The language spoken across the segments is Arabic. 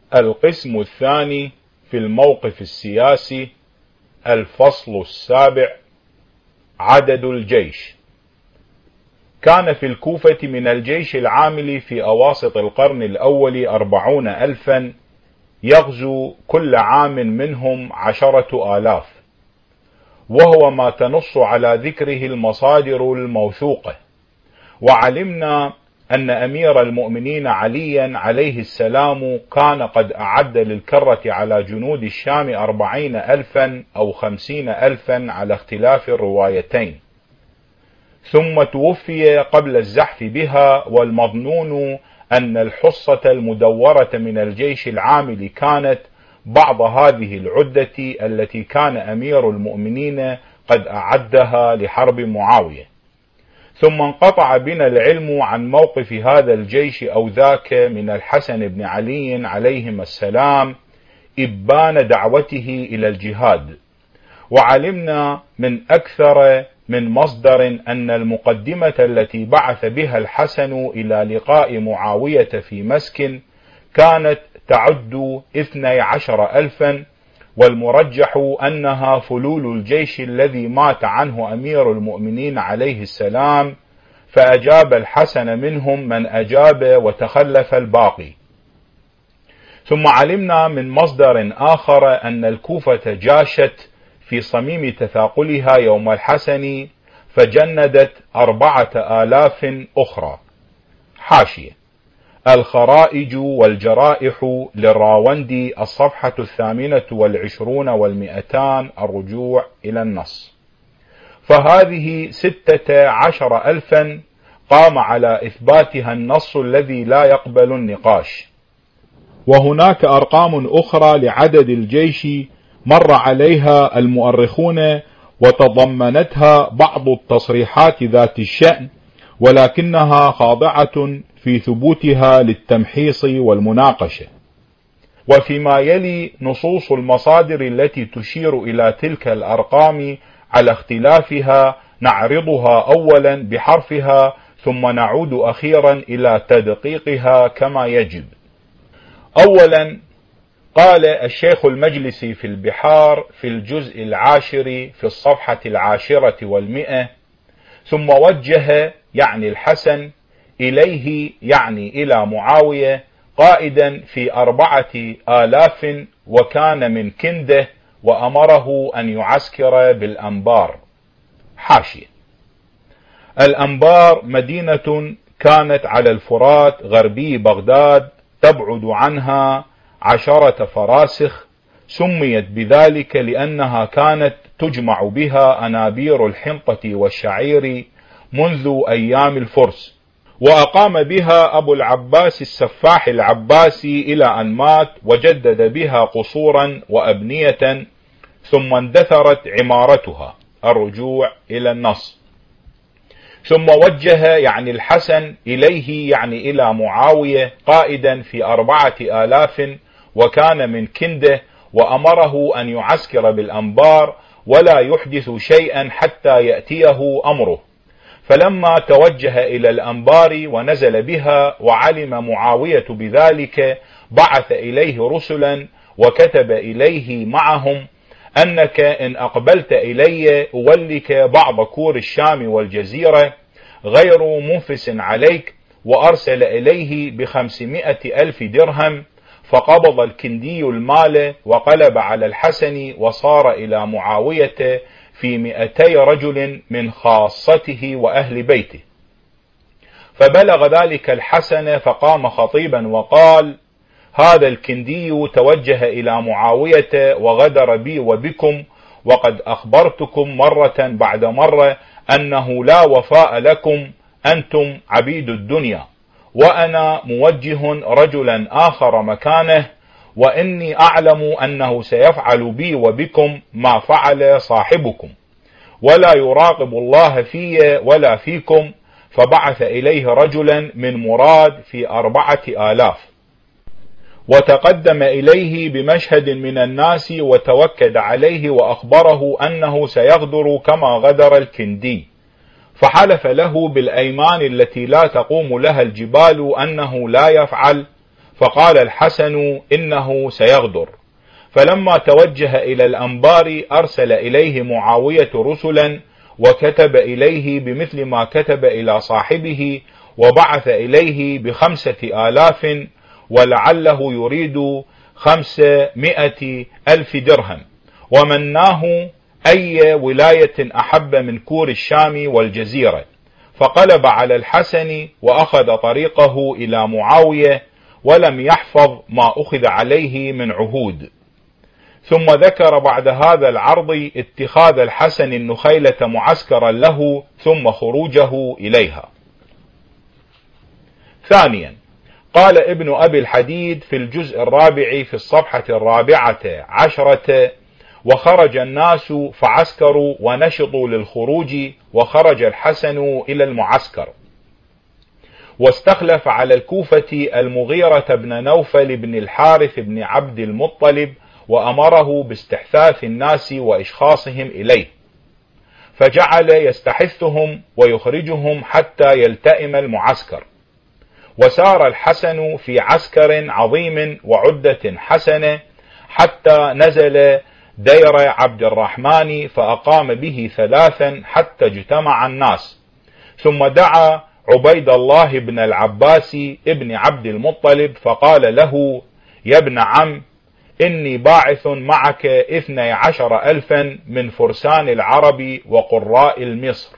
القسم الثاني في الموقف السياسي. الفصل السابع. عدد الجيش. كان في الكوفة من الجيش العامل في أواسط القرن الأول 40,000 يغزو كل عام منهم 10,000، وهو ما تنص على ذكره المصادر الموثوقة. وعلمنا أن أمير المؤمنين عليا عليه السلام كان قد أعد للكرة على جنود الشام 40,000 أو 50,000 على اختلاف الروايتين، ثم توفي قبل الزحف بها. والمظنون أن الحصة المدورة من الجيش العامل كانت بعض هذه العدة التي كان أمير المؤمنين قد أعدها لحرب معاوية. ثم انقطع بنا العلم عن موقف هذا الجيش أو ذاك من الحسن بن علي عليهما السلام إبان دعوته إلى الجهاد. وعلمنا من أكثر من مصدر أن المقدمة التي بعث بها الحسن إلى لقاء معاوية في مسكن كانت تعد 12,000، والمرجح أنها فلول الجيش الذي مات عنه أمير المؤمنين عليه السلام، فأجاب الحسن منهم من أجاب وتخلف الباقي. ثم علمنا من مصدر آخر أن الكوفة جاشت في صميم تثاقلها يوم الحسن فجندت 4,000 أخرى. حاشية. الخرائج والجرائح للراوندي، الصفحة 28 و200، الرجوع إلى النص. فهذه 16,000 قام على إثباتها النص الذي لا يقبل النقاش. وهناك أرقام أخرى لعدد الجيش مر عليها المؤرخون وتضمنتها بعض التصريحات ذات الشأن، ولكنها خاضعة في ثبوتها للتمحيص والمناقشة. وفيما يلي نصوص المصادر التي تشير إلى تلك الأرقام على اختلافها نعرضها أولا بحرفها، ثم نعود أخيرا إلى تدقيقها كما يجب. أولا، قال الشيخ المجلسي في البحار في الجزء 10 في الصفحة 10 و100: ثم وجه، يعني الحسن، إليه، يعني إلى معاوية، قائدا في 4,000 وكان من كنده، وأمره أن يعسكر بالأنبار. حاشية. الأنبار مدينة كانت على الفرات غربي بغداد، تبعد عنها 10 فراسخ. سميت بذلك لأنها كانت تجمع بها أنابير الحنطة والشعير منذ أيام الفرس. وأقام بها أبو العباس السفاح العباسي إلى أن مات، وجدد بها قصورا وأبنية، ثم اندثرت عمارتها. الرجوع إلى النص. ثم وجه، يعني الحسن، إليه، يعني إلى معاوية، قائدا في 4,000 وكان من كنده، وأمره أن يعسكر بالأنبار ولا يحدث شيئا حتى يأتيه أمره. فلما توجه إلى الأنبار ونزل بها وعلم معاوية بذلك، بعث إليه رسلا وكتب إليه معهم: أنك إن أقبلت إلي أولك بعض كور الشام والجزيرة غير منفس عليك. وأرسل إليه ب500,000 درهم. فقبض الكندي المال وقلب على الحسن، وصار إلى معاوية في 200 رجل من خاصته وأهل بيته. فبلغ ذلك الحسن فقام خطيبا وقال: هذا الكندي توجه إلى معاوية وغدر بي وبكم، وقد أخبرتكم مرة بعد مرة أنه لا وفاء لكم، أنتم عبيد الدنيا، وأنا موجه رجلا آخر مكانه، وإني أعلم أنه سيفعل بي وبكم ما فعل صاحبكم، ولا يراقب الله في ولا فيكم. فبعث إليه رجلا من مراد في 4,000، وتقدم إليه بمشهد من الناس وتوكد عليه، وأخبره أنه سيغدر كما غدر الكندي. فحلف له بالأيمان التي لا تقوم لها الجبال أنه لا يفعل. فقال الحسن إنه سيغدر. فلما توجه إلى الأنبار أرسل إليه معاوية رسلا وكتب إليه بمثل ما كتب إلى صاحبه، وبعث إليه ب5,000 ولعله يريد 500,000 درهم، ومناه أي ولاية أحب من كور الشام والجزيرة. فقلب على الحسن وأخذ طريقه إلى معاوية، ولم يحفظ ما أخذ عليه من عهود. ثم ذكر بعد هذا العرض اتخاذ الحسن النخيلة معسكرا له ثم خروجه إليها. ثانيا، قال ابن أبي الحديد في الجزء 4 في الصفحة 14: وخرج الناس فعسكروا ونشطوا للخروج، وخرج الحسن إلى المعسكر، واستخلف على الكوفة المغيرة بن نوفل بن الحارث بن عبد المطلب، وأمره باستحثاث الناس وإشخاصهم إليه، فجعل يستحثهم ويخرجهم حتى يلتئم المعسكر. وسار الحسن في عسكر عظيم وعدة حسنة حتى نزل دير عبد الرحمن، فأقام به 3 حتى اجتمع الناس، ثم دعا عبيد الله بن العباس ابن عبد المطلب فقال له: يا ابن عم، إني باعث معك 12,000 من فرسان العرب وقراء المصر.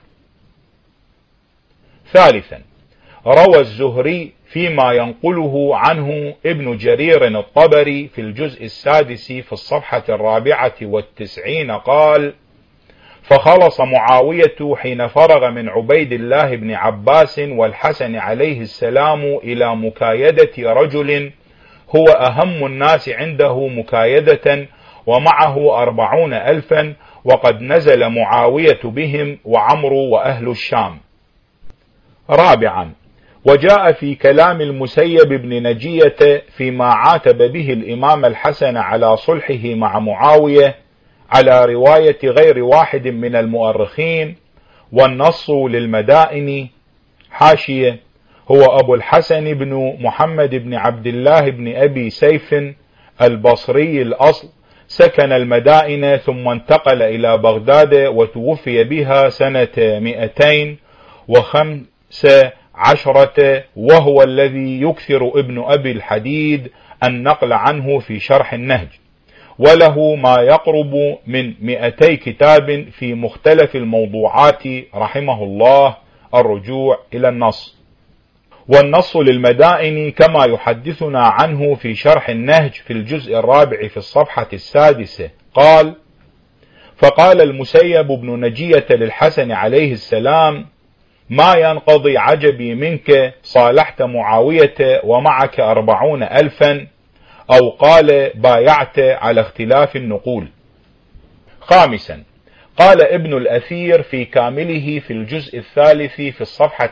ثالثا، روى الزهري فيما ينقله عنه ابن جرير الطبري في الجزء 6 في الصفحة 94 قال: فخلص معاوية حين فرغ من عبيد الله بن عباس والحسن عليه السلام إلى مكايدة رجل هو أهم الناس عنده مكايدة، ومعه 40,000، وقد نزل معاوية بهم وعمرو وأهل الشام. رابعا، وجاء في كلام المسيب بن نجية فيما عاتب به الإمام الحسن على صلحه مع معاوية على رواية غير واحد من المؤرخين: والنص للمدائن. حاشية: هو أبو الحسن بن محمد بن عبد الله بن أبي سيف البصري الأصل، سكن المدائن ثم انتقل إلى بغداد، وتوفي بها سنة 215، وهو الذي يكثر ابن أبي الحديد النقل عنه في شرح النهج، وله ما يقرب من 200 كتاب في مختلف الموضوعات رحمه الله. الرجوع إلى النص. والنص للمدائن كما يحدثنا عنه في شرح النهج في الجزء 4 في الصفحة 6 قال: فقال المسيب بن نجية للحسن عليه السلام: ما ينقضي عجبي منك، صالحت معاوية ومعك 40,000، أو قال بايعت على اختلاف النقول. خامسا، قال ابن الأثير في كامله في الجزء 3 في الصفحة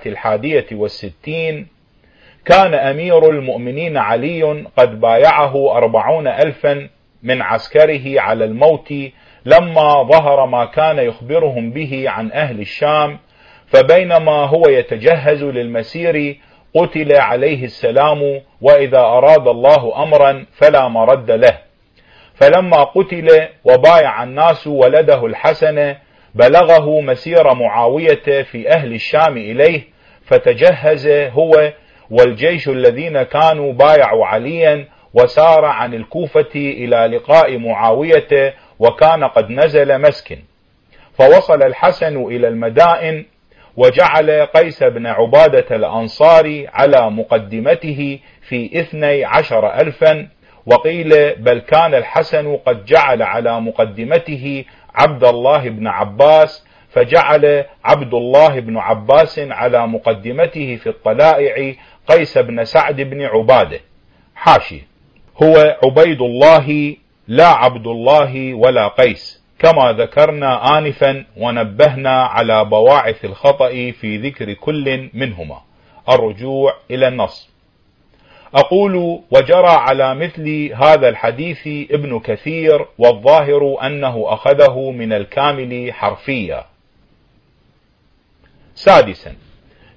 61: كان أمير المؤمنين علي قد بايعه 40,000 من عسكره على الموت لما ظهر ما كان يخبرهم به عن أهل الشام، فبينما هو يتجهز للمسير قتل عليه السلام، وإذا أراد الله أمرا فلا مرد له. فلما قتل وبايع الناس ولده الحسن، بلغه مسير معاوية في أهل الشام إليه، فتجهز هو والجيش الذين كانوا بايعوا عليا، وسار عن الكوفة إلى لقاء معاوية، وكان قد نزل مسكن. فوصل الحسن إلى المدائن، وجعل قيس بن عبادة الأنصاري على مقدمته في 12,000، وقيل بل كان الحسن قد جعل على مقدمته عبد الله بن عباس، فجعل عبد الله بن عباس على مقدمته في الطلائع قيس بن سعد بن عبادة. حاشي: هو عبيد الله لا عبد الله ولا قيس، كما ذكرنا آنفا ونبهنا على بواعث الخطأ في ذكر كل منهما. الرجوع إلى النص. أقول: وجرى على مثل هذا الحديث ابن كثير، والظاهر أنه أخذه من الكامل حرفيا. سادسا،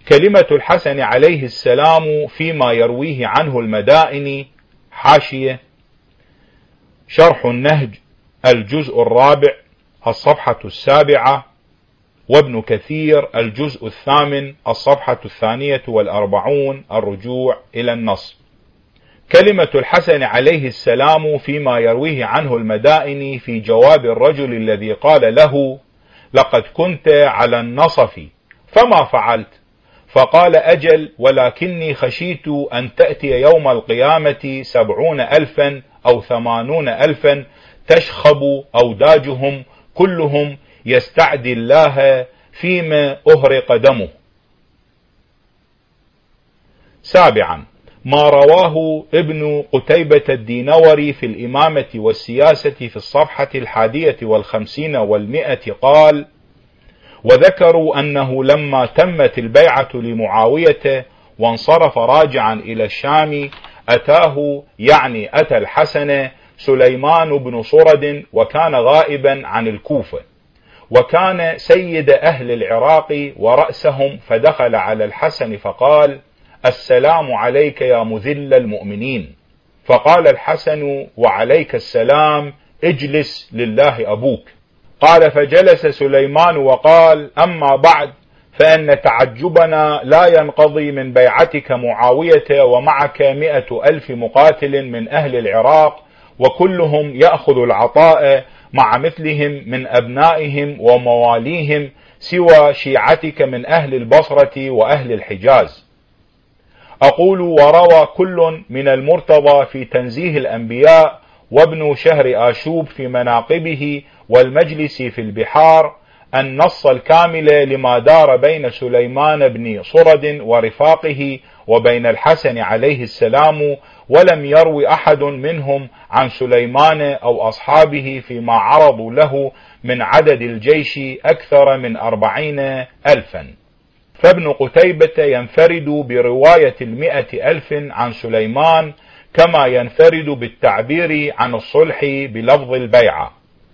كلمة الحسن عليه السلام فيما يرويه عنه المدائني. حاشية شرح النهج الجزء الرابع الصفحة 7، وابن كثير الجزء 8 الصفحة 42، الرجوع إلى النص. كلمة الحسن عليه السلام فيما يرويه عنه المدائني في جواب الرجل الذي قال له: لقد كنت على النصف فما فعلت؟ فقال: أجل، ولكني خشيت أن تأتي يوم القيامة 70,000 أو 80,000 تشخب أوداجهم كلهم يستعدي الله فيما أهرق دمه. 7. ما رواه ابن قتيبة الدينوري في الإمامة والسياسة في الصفحة 51 و100 قال: وذكروا أنه لما تمت البيعة لمعاوية وانصرف راجعا إلى الشام أتاه، يعني أتى الحسن، سليمان بن صرد، وكان غائبا عن الكوفة، وكان سيد أهل العراق ورأسهم، فدخل على الحسن فقال: السلام عليك يا مذل المؤمنين. فقال الحسن: وعليك السلام، اجلس لله أبوك. قال: فجلس سليمان وقال: أما بعد، فإن تعجبنا لا ينقضي من بيعتك معاوية ومعك 100,000 مقاتل من أهل العراق، وكلهم يأخذ العطاء مع مثلهم من أبنائهم ومواليهم، سوى شيعتك من أهل البصرة وأهل الحجاز. أقول: وروى كل من المرتضى في تنزيه الأنبياء، وابن شهر آشوب في مناقبه، والمجلس في البحار، النص الكامل لما دار بين سليمان بن صرد ورفاقه وبين الحسن عليه السلام، ولم يروي أحد منهم عن سليمان أو أصحابه فيما عرضوا له من عدد الجيش أكثر من 40,000. فابن قتيبة ينفرد برواية 100,000 عن سليمان، كما ينفرد بالتعبير عن الصلح بلفظ البيعة.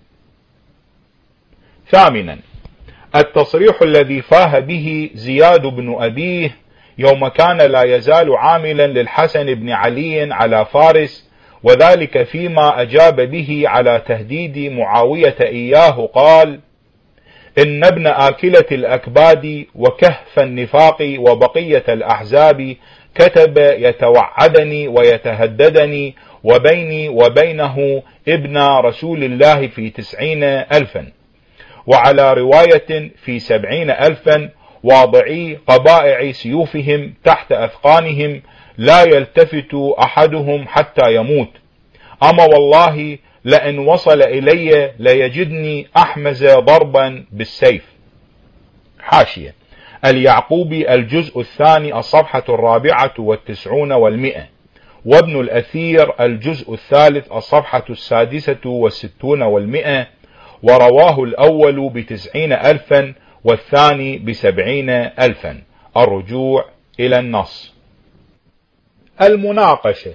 8. التصريح الذي فاه به زياد بن أبيه يوم كان لا يزال عاملا للحسن بن علي على فارس، وذلك فيما أجاب به على تهديد معاوية إياه، قال: إن ابن آكلة الأكباد وكهف النفاق وبقية الأحزاب كتب يتوعدني ويتهددني، وبيني وبينه ابن رسول الله في 90,000، وعلى رواية في 70,000، واضعي قبائع سيوفهم تحت أثقانهم، لا يلتفت أحدهم حتى يموت. أما والله لئن وصل إلي ليجدني أحمز ضربا بالسيف. حاشية اليعقوبي الجزء 2 الصفحة 94 و100، وابن الأثير الجزء 3 الصفحة 66 و100، ورواه الأول 90,000 والثاني 70,000، الرجوع إلى النص. المناقشة.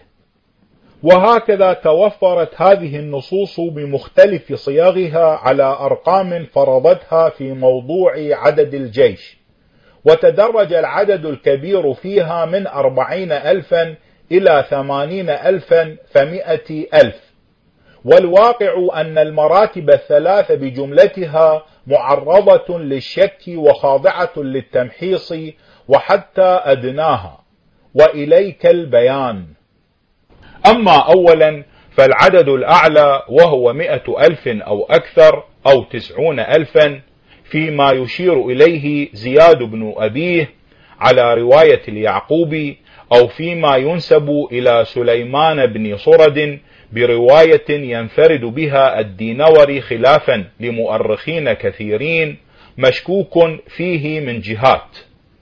وهكذا توفرت هذه النصوص بمختلف صيغها على أرقام فرضتها في موضوع عدد الجيش، وتدرج العدد الكبير فيها من 40,000 إلى 80,000 ف100,000. والواقع أن المراتب الثلاث بجملتها معرضة للشك وخاضعة للتمحيص وحتى أدناها، وإليك البيان. أما أولا فالعدد الأعلى وهو 100,000 أو أكثر أو 90,000، فيما يشير إليه زياد بن أبيه على رواية اليعقوبي، أو فيما ينسب إلى سليمان بن صرد برواية ينفرد بها الدينوري خلافا لمؤرخين كثيرين، مشكوك فيه من جهات،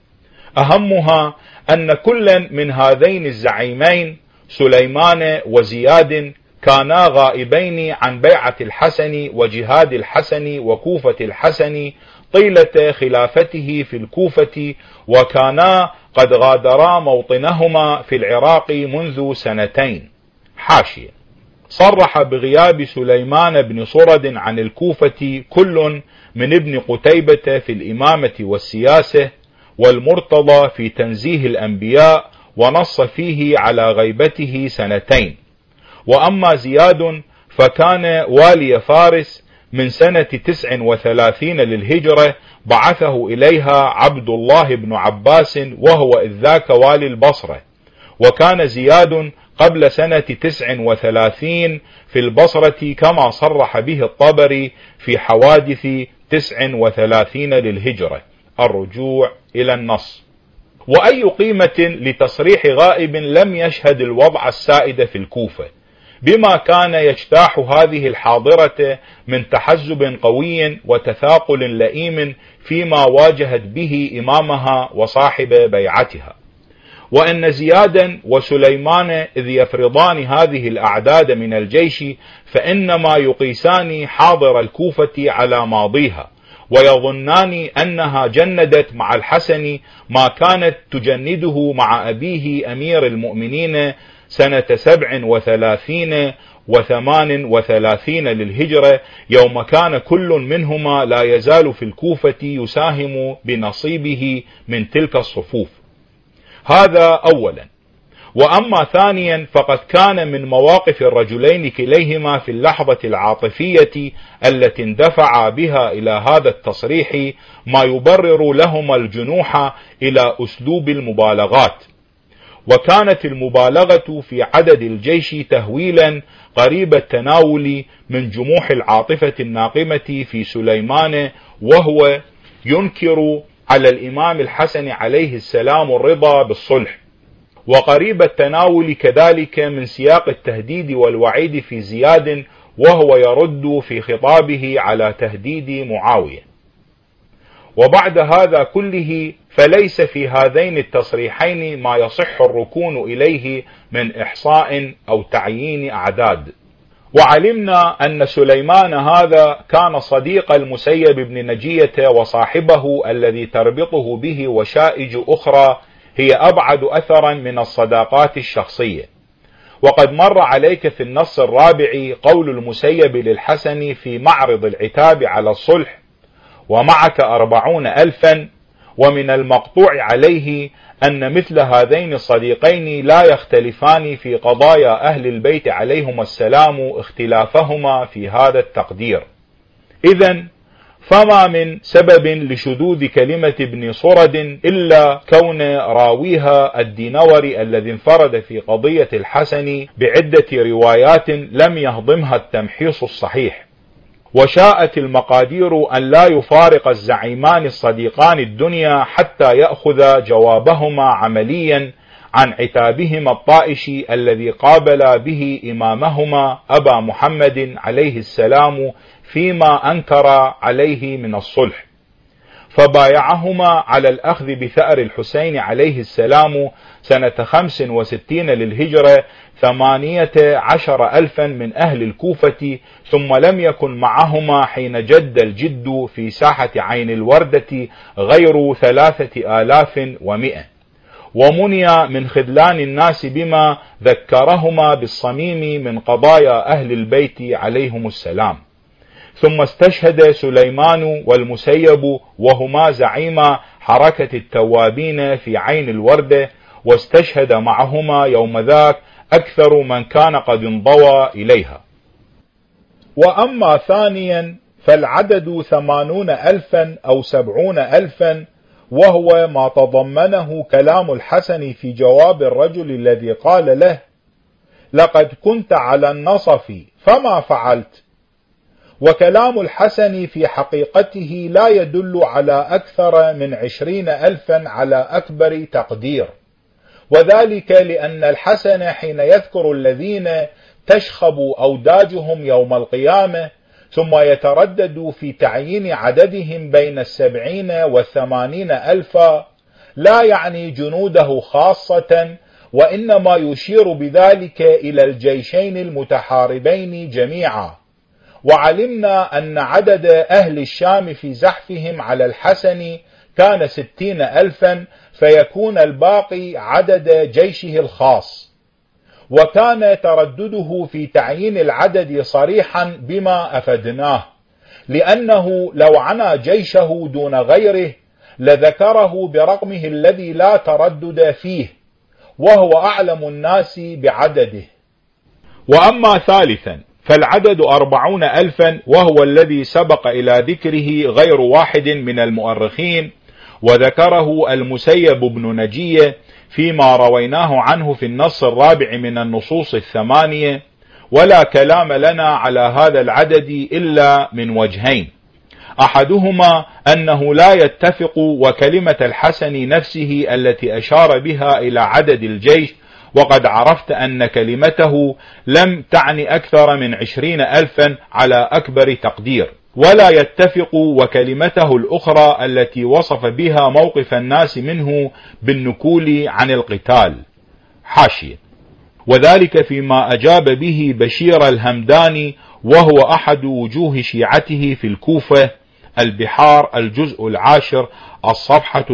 أهمها أن كلا من هذين الزعيمين سليمان وزياد كانا غائبين عن بيعة الحسن وجهاد الحسن وكوفة الحسن طيلة خلافته في الكوفة، وكانا قد غادرا موطنهما في العراق منذ 2. حاشية صرح بغياب سليمان بن صرد عن الكوفة كل من ابن قتيبة في الإمامة والسياسة، والمرتضى في تنزيه الأنبياء، ونص فيه على غيبته 2 سنين. وأما زياد فكان والي فارس من سنة 39 للهجرة، بعثه إليها عبد الله بن عباس وهو إذ ذاك والي البصرة. وكان زياد قبل سنة 39 في البصرة كما صرح به الطبري في حوادث 39 للهجرة. الرجوع إلى النص. وأي قيمة لتصريح غائب لم يشهد الوضع السائد في الكوفة، بما كان يجتاح هذه الحاضرة من تحزب قوي وتثاقل لئيم فيما واجهت به إمامها وصاحب بيعتها. وأن زيادا وسليمان إذ يفرضان هذه الأعداد من الجيش فإنما يقيسان حاضر الكوفة على ماضيها، ويظنان أنها جندت مع الحسن ما كانت تجنده مع أبيه أمير المؤمنين سنة 37 و38 للهجرة، يوم كان كل منهما لا يزال في الكوفة يساهم بنصيبه من تلك الصفوف. هذا أولا. وأما ثانيا فقد كان من مواقف الرجلين كليهما في اللحظة العاطفية التي اندفعا بها إلى هذا التصريح ما يبرر لهما الجنوح إلى أسلوب المبالغات. وكانت المبالغة في عدد الجيش تهويلا قريب التناول من جموح العاطفة الناقمة في سليمان، وهو ينكر على الإمام الحسن عليه السلام الرضا بالصلح، وقريب التناول كذلك من سياق التهديد والوعيد في زياد، وهو يرد في خطابه على تهديد معاوية. وبعد هذا كله فليس في هذين التصريحين ما يصح الركون إليه من إحصاء أو تعيين أعداد. وعلمنا أن سليمان هذا كان صديق المسيب بن نجية وصاحبه الذي تربطه به وشائج أخرى هي أبعد أثرا من الصداقات الشخصية. وقد مر عليك في النص الرابع قول المسيب للحسن في معرض العتاب على الصلح: ومعك 40,000. ومن المقطوع عليه أن مثل هذين الصديقين لا يختلفان في قضايا أهل البيت عليهم السلام اختلافهما في هذا التقدير. إذن فما من سبب لشذوذ كلمة ابن صرد إلا كون راويها الدينوري الذي انفرد في قضية الحسن بعدة روايات لم يهضمها التمحيص الصحيح. وشاءت المقادير أن لا يفارق الزعيمان الصديقان الدنيا حتى يأخذ جوابهما عمليا عن عتابهما الطائشي الذي قابل به إمامهما أبا محمد عليه السلام فيما أنكر عليه من الصلح، فبايعهما على الأخذ بثأر الحسين عليه السلام سنة 65 للهجرة 18,000 من أهل الكوفة، ثم لم يكن معهما حين جد الجد في ساحة عين الوردة غير 3,100، ومنع من خذلان الناس بما ذكرهما بالصميم من قضايا أهل البيت عليهم السلام. ثم استشهد سليمان والمسيب وهما زعيما حركة التوابين في عين الوردة، واستشهد معهما يوم ذاك أكثر من كان قد انضوى إليها. وأما ثانيا فالعدد 80,000 أو 70,000، وهو ما تضمنه كلام الحسن في جواب الرجل الذي قال له: لقد كنت على النصف فما فعلت. وكلام الحسن في حقيقته لا يدل على أكثر من 20,000 على أكبر تقدير، وذلك لأن الحسن حين يذكر الذين تشخب أوداجهم يوم القيامة ثم يتردد في تعيين عددهم بين 70 و80,000 لا يعني جنوده خاصة، وإنما يشير بذلك إلى الجيشين المتحاربين جميعا. وعلمنا أن عدد أهل الشام في زحفهم على الحسن كان 60,000، فيكون الباقي عدد جيشه الخاص. وكان تردده في تعيين العدد صريحا بما أفدناه، لأنه لو عنى جيشه دون غيره لذكره برقمه الذي لا تردد فيه، وهو أعلم الناس بعدده. وأما ثالثا فالعدد 40,000، وهو الذي سبق إلى ذكره غير واحد من المؤرخين، وذكره المسيب بن نجية فيما رويناه عنه في النص الرابع من النصوص 8، ولا كلام لنا على هذا العدد إلا من وجهين: أحدهما أنه لا يتفق، وكلمة الحسن نفسه التي أشار بها إلى عدد الجيش، وقد عرفت أن كلمته لم تعني أكثر من 20,000 على أكبر تقدير، ولا يتفق وكلمته الأخرى التي وصف بها موقف الناس منه بالنكول عن القتال. حاشية: وذلك فيما أجاب به بشير الهمداني، وهو أحد وجوه شيعته في الكوفة، البحار، الجزء 10، الصفحة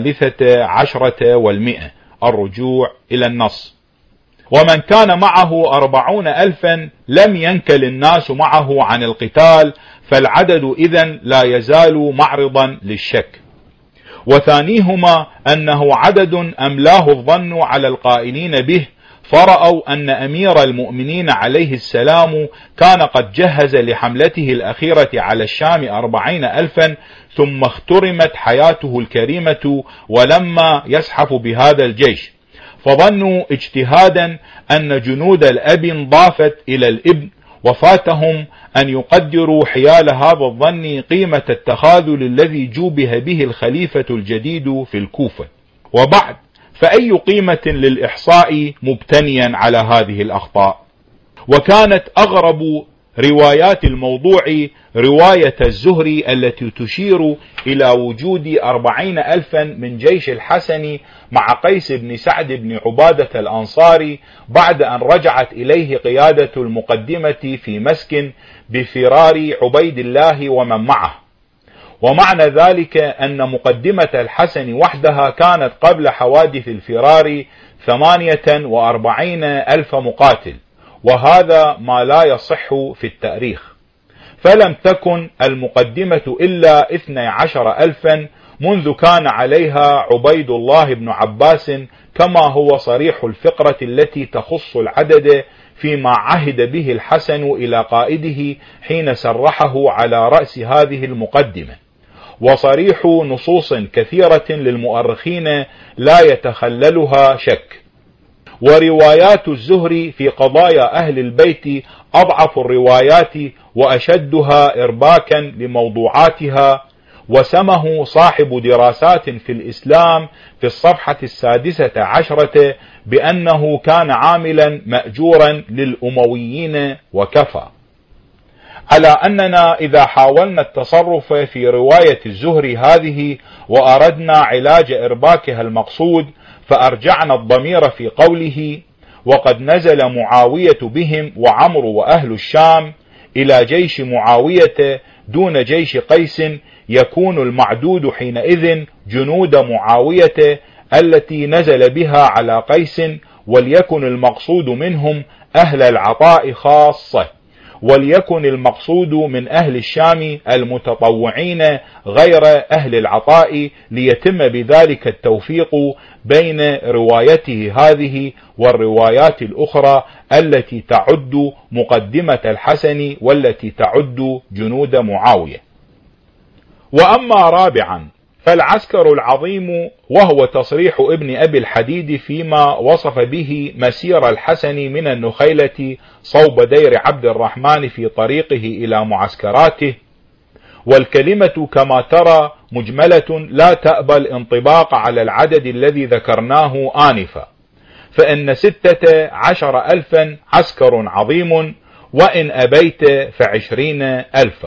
13 و100، الرجوع إلى النص. ومن كان معه 40,000 لم ينكل الناس معه عن القتال، فالعدد إذن لا يزال معرضا للشك. وثانيهما أنه عدد أملاه الظن على القائلين به، فرأوا أن أمير المؤمنين عليه السلام كان قد جهز لحملته الأخيرة على الشام 40,000، ثم اخترمت حياته الكريمة ولما يزحف بهذا الجيش، فظنوا اجتهادا أن جنود الأب انضافت إلى الابن، وفاتهم أن يقدروا حيال هذا الظن قيمة التخاذل الذي جوبه به الخليفة الجديد في الكوفة. وبعد، فأي قيمة للإحصاء مبتنيا على هذه الأخطاء؟ وكانت أغرب روايات الموضوع رواية الزهري التي تشير إلى وجود 40,000 من جيش الحسن مع قيس بن سعد بن عبادة الأنصاري، بعد أن رجعت إليه قيادة المقدمة في مسك بفرار عبيد الله ومن معه. ومعنى ذلك أن مقدمة الحسن وحدها كانت قبل حوادث الفرار 48,000 مقاتل، وهذا ما لا يصح في التاريخ. فلم تكن المقدمة إلا 12,000 منذ كان عليها عبيد الله بن عباس، كما هو صريح الفقرة التي تخص العدد فيما عهد به الحسن إلى قائده حين سرحه على رأس هذه المقدمة، وصريح نصوص كثيرة للمؤرخين لا يتخللها شك. وروايات الزهري في قضايا أهل البيت أضعف الروايات وأشدها إرباكا لموضوعاتها، وسمه صاحب دراسات في الإسلام في الصفحة 16 بأنه كان عاملا مأجورا للأمويين وكفى. على أننا إذا حاولنا التصرف في رواية الزهري هذه وأردنا علاج إرباكها المقصود، فأرجعنا الضمير في قوله: وقد نزل معاوية بهم وعمرو وأهل الشام إلى جيش معاوية دون جيش قيس، يكون المعدود حينئذ جنود معاوية التي نزل بها على قيس، وليكن المقصود منهم أهل العطاء خاصة، وليكن المقصود من أهل الشام المتطوعين غير أهل العطاء، ليتم بذلك التوفيق بين روايته هذه والروايات الأخرى التي تعد مقدمة الحسن والتي تعد جنود معاوية. وأما رابعا فالعسكر العظيم، وهو تصريح ابن أبي الحديد فيما وصف به مسير الحسن من النخيلة صوب دير عبد الرحمن في طريقه إلى معسكراته. والكلمة كما ترى مجملة لا تأبى الانطباق على العدد الذي ذكرناه آنفا، فإن 16,000 عسكر عظيم، وإن أبيت ف20,000.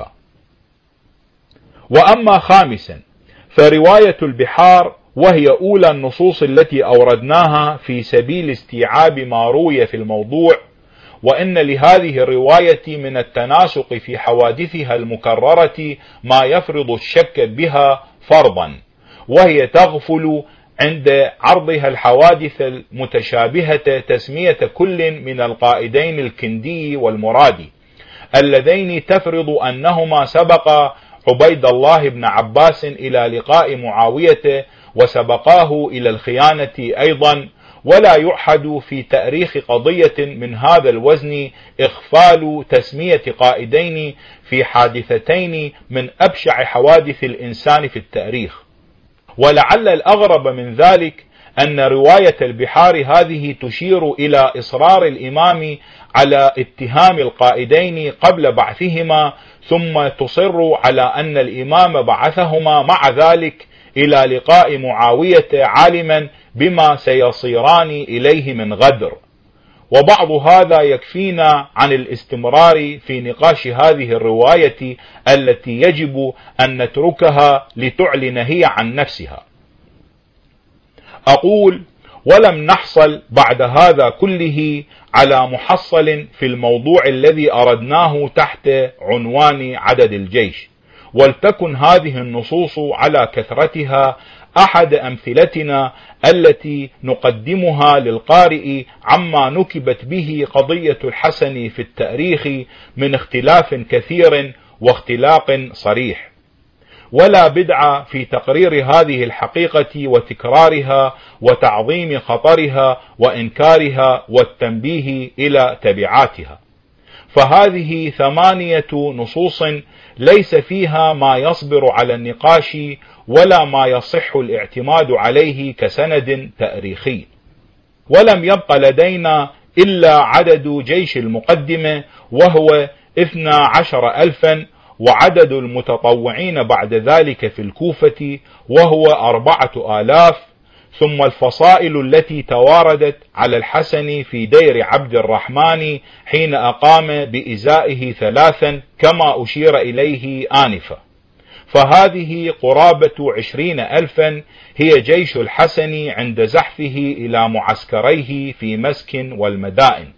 وأما خامسا فرواية البحار، وهي أولى النصوص التي أوردناها في سبيل استيعاب ما روي في الموضوع، وإن لهذه الرواية من التناسق في حوادثها المكررة ما يفرض الشك بها فرضا، وهي تغفل عند عرضها الحوادث المتشابهة تسمية كل من القائدين الكندي والمرادي، اللذين تفرض أنهما سبق عبيد الله بن عباس إلى لقاء معاوية وسبقاه إلى الخيانة أيضا، ولا يعهد في تأريخ قضية من هذا الوزن إغفال تسمية قائدين في حادثتين من أبشع حوادث الإنسان في التاريخ. ولعل الأغرب من ذلك أن رواية البحار هذه تشير إلى إصرار الإمام على اتهام القائدين قبل بعثهما، ثم تصر على أن الإمام بعثهما مع ذلك إلى لقاء معاوية عالما بما سيصيران إليه من غدر. وبعض هذا يكفينا عن الاستمرار في نقاش هذه الرواية التي يجب أن نتركها لتعلن هي عن نفسها. أقول: ولم نحصل بعد هذا كله على محصل في الموضوع الذي أردناه تحت عنوان عدد الجيش، ولتكن هذه النصوص على كثرتها أحد أمثلتنا التي نقدمها للقارئ عما نكبت به قضية الحسن في التاريخ من اختلاف كثير واختلاق صريح. ولا بدع في تقرير هذه الحقيقة وتكرارها وتعظيم خطرها وإنكارها والتنبيه إلى تبعاتها، فهذه 8 نصوص ليس فيها ما يصبر على النقاش ولا ما يصح الاعتماد عليه كسند تاريخي. ولم يبق لدينا إلا عدد جيش المقدمة وهو 12,000، وعدد المتطوعين بعد ذلك في الكوفة وهو 4,000، ثم الفصائل التي تواردت على الحسن في دير عبد الرحمن حين أقام بإزائه 3 كما أشير إليه آنفا، فهذه قرابة 20,000 هي جيش الحسن عند زحفه إلى معسكريه في مسكن والمدائن.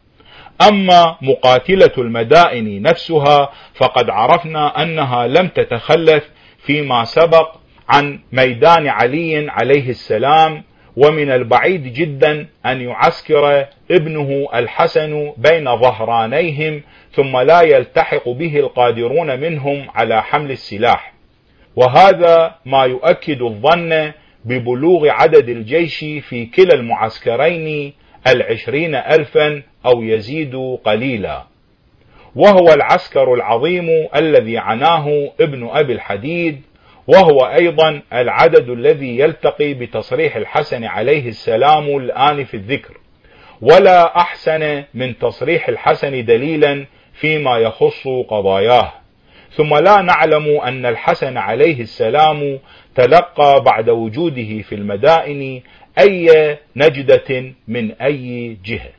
أما مقاتلة المدائن نفسها فقد عرفنا أنها لم تتخلف فيما سبق عن ميدان علي عليه السلام، ومن البعيد جدا أن يعسكر ابنه الحسن بين ظهرانيهم ثم لا يلتحق به القادرون منهم على حمل السلاح، وهذا ما يؤكد الظن ببلوغ عدد الجيش في كلا المعسكرين 20,000 أو يزيد قليلا، وهو العسكر العظيم الذي عناه ابن أبي الحديد، وهو أيضا العدد الذي يلتقي بتصريح الحسن عليه السلام الآن في الذكر، ولا أحسن من تصريح الحسن دليلا فيما يخص قضاياه. ثم لا نعلم أن الحسن عليه السلام تلقى بعد وجوده في المدائن أي نجدة من أي جهة.